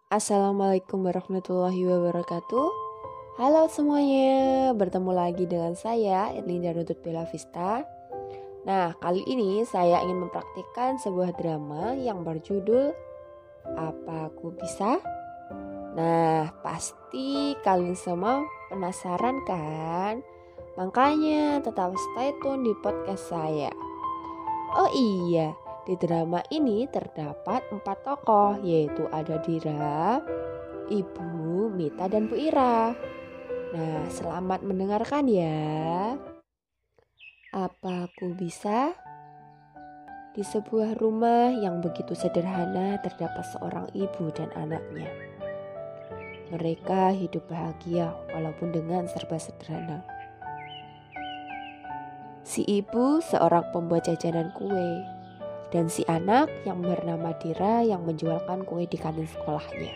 Assalamualaikum warahmatullahi wabarakatuh. Halo semuanya, bertemu lagi dengan saya Erlinda Nutut Bella Vista. Nah, kali ini saya ingin mempraktikkan sebuah drama yang berjudul Apa Aku Bisa? Nah, pasti kalian semua penasaran kan? Makanya tetap stay tune di podcast saya. Oh iya, di drama ini terdapat 4 tokoh, yaitu ada Dira, Ibu, Mita, dan Bu Ira. Nah, selamat mendengarkan ya. Apa aku bisa? Di sebuah rumah yang begitu sederhana terdapat seorang ibu dan anaknya. Mereka hidup bahagia walaupun dengan serba sederhana. Si ibu seorang pembuat jajanan kue, dan si anak yang bernama Dira yang menjualkan kue di kantin sekolahnya.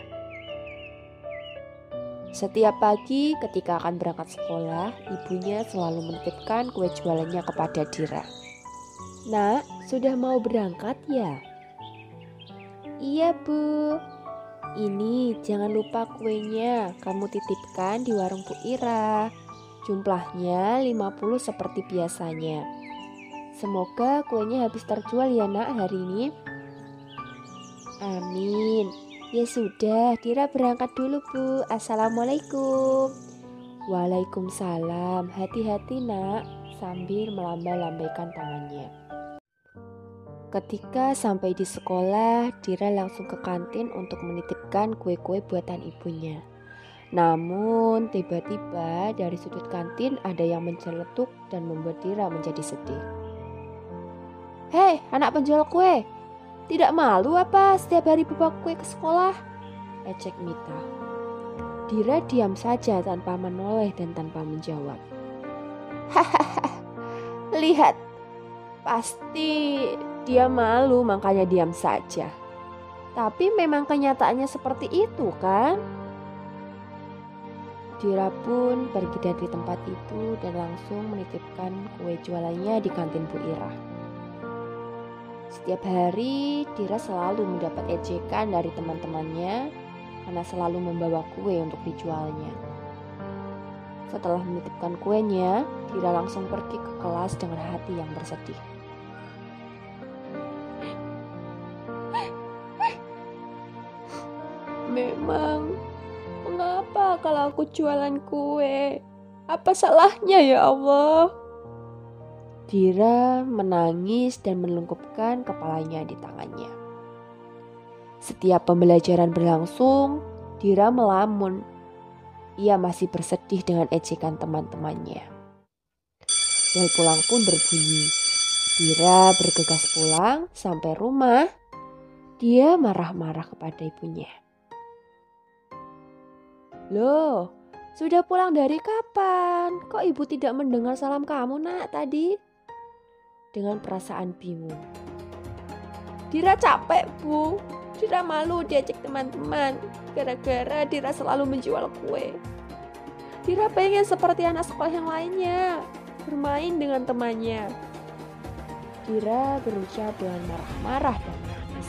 Setiap pagi ketika akan berangkat sekolah, ibunya selalu menitipkan kue jualannya kepada Dira. "Nak, sudah mau berangkat ya?" "Iya, Bu. Ini jangan lupa kuenya, kamu titipkan di warung Bu Ira. Jumlahnya 50 seperti biasanya. Semoga kuenya habis terjual ya nak hari ini." "Amin. Ya sudah, Dira berangkat dulu Bu. Assalamualaikum." "Waalaikumsalam. Hati-hati nak," sambil melambaikan tangannya. Ketika sampai di sekolah, Dira langsung ke kantin untuk menitipkan kue-kue buatan ibunya. Namun tiba-tiba dari sudut kantin ada yang menceletuk dan membuat Dira menjadi sedih. "Hei, anak penjual kue! Tidak malu apa setiap hari bawa kue ke sekolah?" ejek Mita. Dira diam saja tanpa menoleh dan tanpa menjawab. "Hahaha, lihat, pasti dia malu makanya diam saja. Tapi memang kenyataannya seperti itu kan?" Dira pun pergi dari tempat itu dan langsung menitipkan kue jualannya di kantin Bu Ira. Setiap hari Dira selalu mendapat ejekan dari teman-temannya karena selalu membawa kue untuk dijualnya. Setelah menitipkan kuenya, Dira langsung pergi ke kelas dengan hati yang bersedih. "Memang, mengapa kalau aku jualan kue? Apa salahnya ya Allah?" Dira menangis dan melungkupkan kepalanya di tangannya. Setiap pembelajaran berlangsung, Dira melamun. Ia masih bersedih dengan ejekan teman-temannya. Bel pulang pun berbunyi. Dira bergegas pulang sampai rumah. Dia marah-marah kepada ibunya. "Loh, sudah pulang dari kapan? Kok ibu tidak mendengar salam kamu nak tadi?" Dengan perasaan bingung. "Dira capek Bu, Dira malu diajak teman-teman. Gara-gara Dira selalu menjual kue. Dira pengen seperti anak sekolah yang lainnya, bermain dengan temannya." Dira berucap dengan marah-marah dan menangis.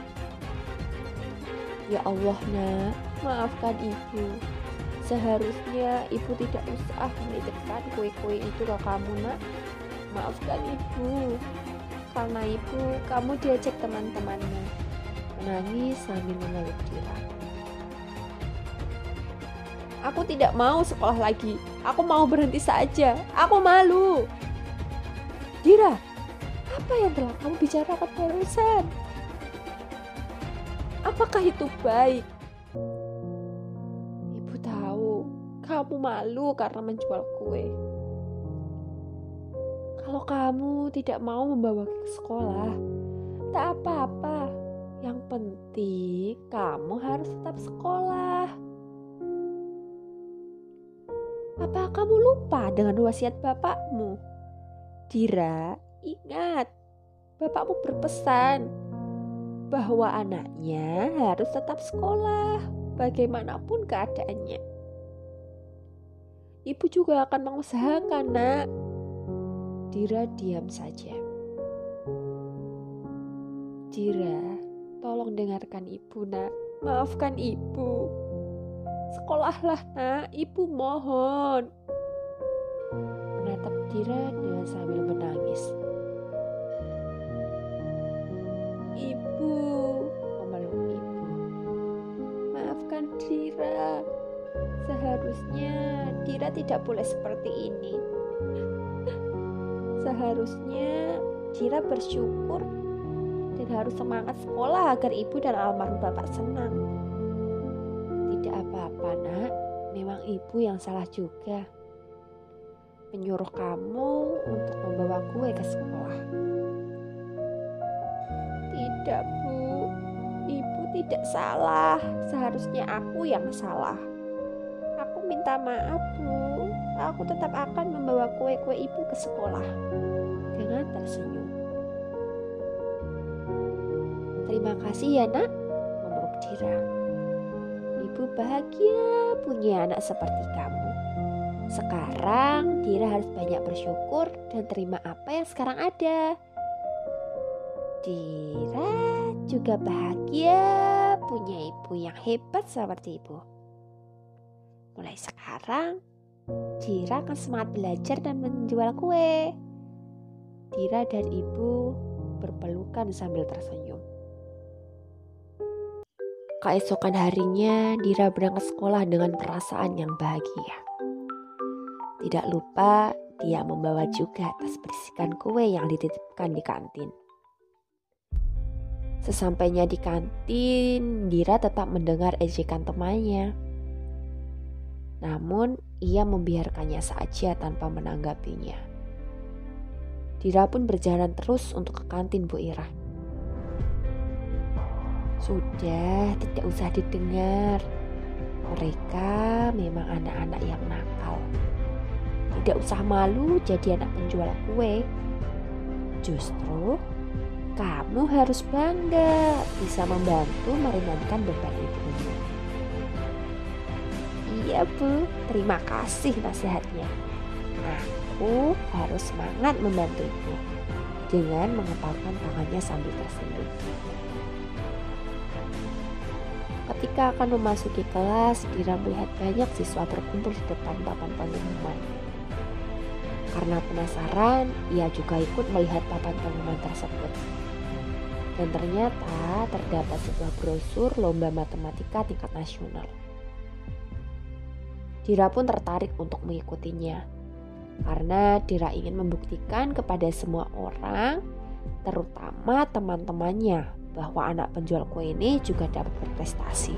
"Ya Allah nak, maafkan ibu. Seharusnya ibu tidak usah menitipkan kue-kue itu ke kamu nak. Maafkan ibu. Karena ibu, kamu diajak teman-temannya." Menangis sambil memeluk Dira. "Aku tidak mau sekolah lagi. Aku mau berhenti saja. Aku malu." "Dira, apa yang telah kamu bicarakan barusan? Apakah itu baik? Ibu tahu kamu malu karena menjual kue. Kalau kamu tidak mau membawa ke sekolah, tak apa-apa. Yang penting kamu harus tetap sekolah. Apa kamu lupa dengan wasiat bapakmu? Dira, ingat, bapakmu berpesan bahwa anaknya harus tetap sekolah bagaimanapun keadaannya. Ibu juga akan mengusahakan nak." Dira diam saja. "Dira, tolong dengarkan ibu nak. maafkan ibu. Sekolahlah nak, ibu mohon. Menatap Dira dengan sambil menangis. Ibu, memeluk ibu. Maafkan Dira. Seharusnya Dira tidak boleh seperti ini. Seharusnya Dira bersyukur dan harus semangat sekolah agar ibu dan almarhum bapak senang. Tidak apa-apa nak, memang ibu yang salah juga. Menyuruh kamu untuk membawa kue ke sekolah. Tidak bu, ibu tidak salah. Seharusnya aku yang salah. Aku minta maaf bu. Aku tetap akan membawa kue-kue ibu ke sekolah. Dengan tersenyum. Terima kasih ya nak, memeluk Dira. Ibu bahagia punya anak seperti kamu. Sekarang Dira harus banyak bersyukur dan terima apa yang sekarang ada. Dira juga bahagia punya ibu yang hebat seperti ibu. Mulai sekarang Dira akan semangat belajar dan menjual kue. Dira dan ibu berpelukan sambil tersenyum. Keesokan harinya, Dira berangkat sekolah dengan perasaan yang bahagia. Tidak lupa, dia membawa juga tas berisikan kue yang dititipkan di kantin. Sesampainya di kantin, Dira tetap mendengar ejekan temannya. Namun, ia membiarkannya saja tanpa menanggapinya. Dira pun berjalan terus untuk ke kantin Bu Ira. Sudah, tidak usah didengar. Mereka memang anak-anak yang nakal. Tidak usah malu jadi anak penjual kue. Justru, kamu harus bangga bisa membantu meringankan beban ibumu. Iya Bu, terima kasih nasihatnya. Aku harus semangat membantu ibu. Dengan mengepalkan tangannya sambil tersenyum. Ketika akan memasuki kelas, Dira melihat banyak siswa berkumpul di depan papan pengumuman. Karena penasaran, ia juga ikut melihat papan pengumuman tersebut. Dan ternyata terdapat sebuah brosur lomba matematika tingkat nasional. Dira pun tertarik untuk mengikutinya. Karena Dira ingin membuktikan kepada semua orang, terutama teman-temannya, bahwa anak penjual kue ini juga dapat berprestasi.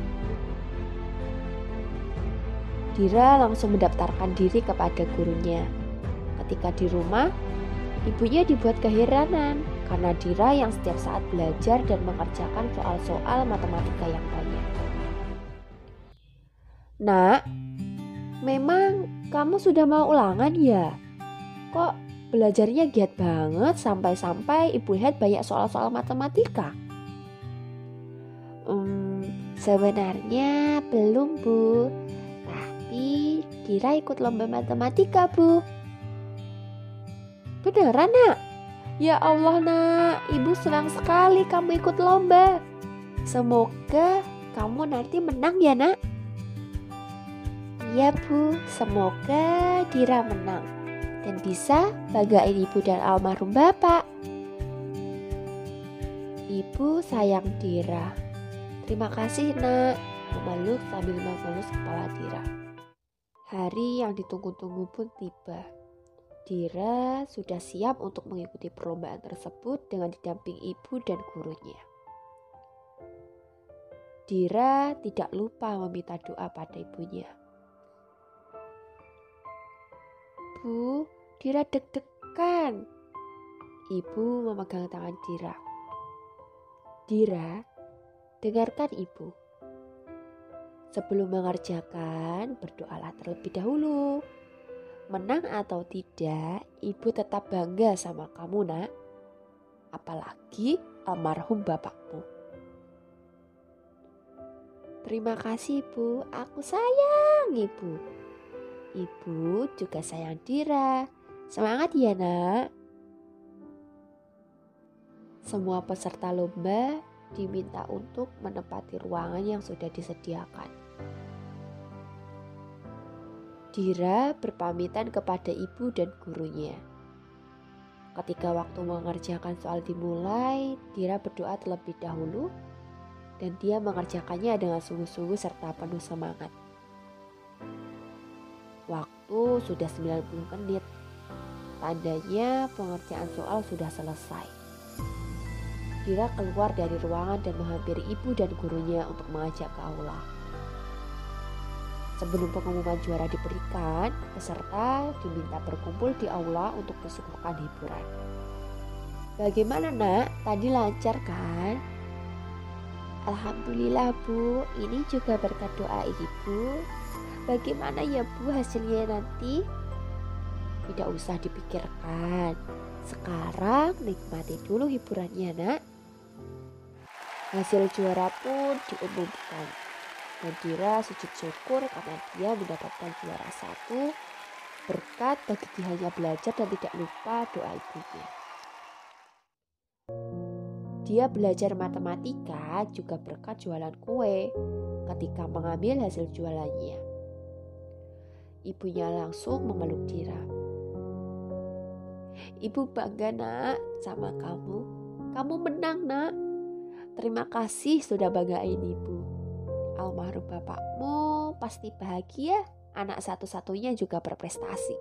Dira langsung mendaftarkan diri kepada gurunya. Ketika di rumah, ibunya dibuat keheranan karena Dira yang setiap saat belajar dan mengerjakan soal-soal matematika yang banyak. Nak, memang kamu sudah mau ulangan ya? Kok belajarnya giat banget sampai-sampai ibu lihat banyak soal-soal matematika? Sebenarnya belum Bu, tapi Dira ikut lomba matematika Bu. Beneran nak? Ya Allah nak, ibu senang sekali kamu ikut lomba. Semoga kamu nanti menang ya nak. Iya Bu, semoga Dira menang dan bisa banggain ibu dan almarhum bapak. Ibu sayang Dira. Terima kasih nak, memeluk sambil mengelus kepala Dira. Hari yang ditunggu-tunggu pun tiba. Dira sudah siap untuk mengikuti perlombaan tersebut dengan didampingi ibu dan gurunya. Dira tidak lupa meminta doa pada ibunya. Bu, Dira deg-degan. Ibu memegang tangan Dira. Dira, dengarkan ibu. Sebelum mengerjakan, berdoalah terlebih dahulu. Menang atau tidak, ibu tetap bangga sama kamu nak. Apalagi almarhum bapakmu. Terima kasih Bu, aku sayang ibu. Ibu juga sayang Dira. Semangat ya nak. Semua peserta lomba diminta untuk menempati ruangan yang sudah disediakan. Dira berpamitan kepada ibu dan gurunya. Ketika waktu mengerjakan soal dimulai, Dira berdoa terlebih dahulu dan dia mengerjakannya dengan sungguh-sungguh serta penuh semangat. Waktu sudah 90 menit. Tandanya pengerjaan soal sudah selesai. Dira keluar dari ruangan dan menghampiri ibu dan gurunya untuk mengajak ke aula. Sebelum pengumuman juara diberikan, peserta diminta berkumpul di aula untuk disuguhkan hiburan. Bagaimana nak? Tadi lancar kan? Alhamdulillah Bu, ini juga berkat doa Ibu. Bagaimana ya Bu hasilnya nanti? Tidak usah dipikirkan. Sekarang nikmati dulu hiburannya nak. Hasil juara pun diumumkan. Dan Dira sujud syukur karena dia mendapatkan juara 1 berkat bagi hanya belajar dan tidak lupa doa ibunya. Dia belajar matematika juga berkat jualan kue ketika mengambil hasil jualannya. Ibunya langsung memeluk Dira. Ibu bangga nak sama kamu. Kamu menang nak. Terima kasih sudah banggain ibu. Almarhum bapakmu pasti bahagia. Anak satu-satunya juga berprestasi.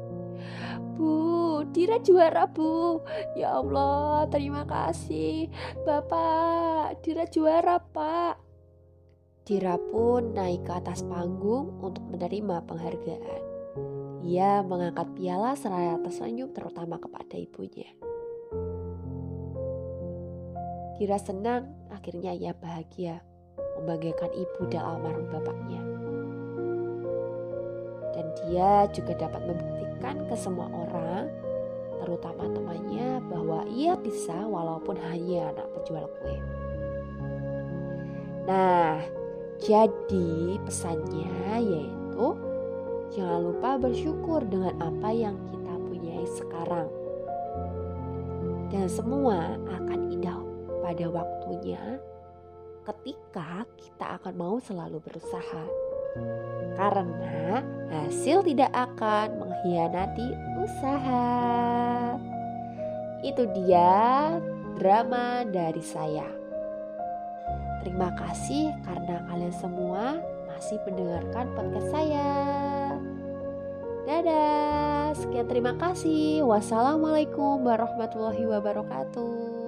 Bu, Dira juara Bu. Ya Allah, terima kasih. Bapak, Dira juara Pak. Dira pun naik ke atas panggung untuk menerima penghargaan. Ia mengangkat piala seraya tersenyum terutama kepada ibunya. Dira senang, akhirnya ia bahagia membanggakan ibu dan almarhum bapaknya. Dan dia juga dapat membuktikan ke semua orang, terutama temannya, bahwa ia bisa walaupun hanya anak penjual kue. Nah, jadi pesannya yaitu jangan lupa bersyukur dengan apa yang kita punyai sekarang. Dan semua akan indah pada waktunya ketika kita akan mau selalu berusaha. Karena hasil tidak akan mengkhianati usaha. Itu dia drama dari saya. Terima kasih karena kalian semua masih mendengarkan podcast saya. Dadah, sekian terima kasih. Wassalamualaikum warahmatullahi wabarakatuh.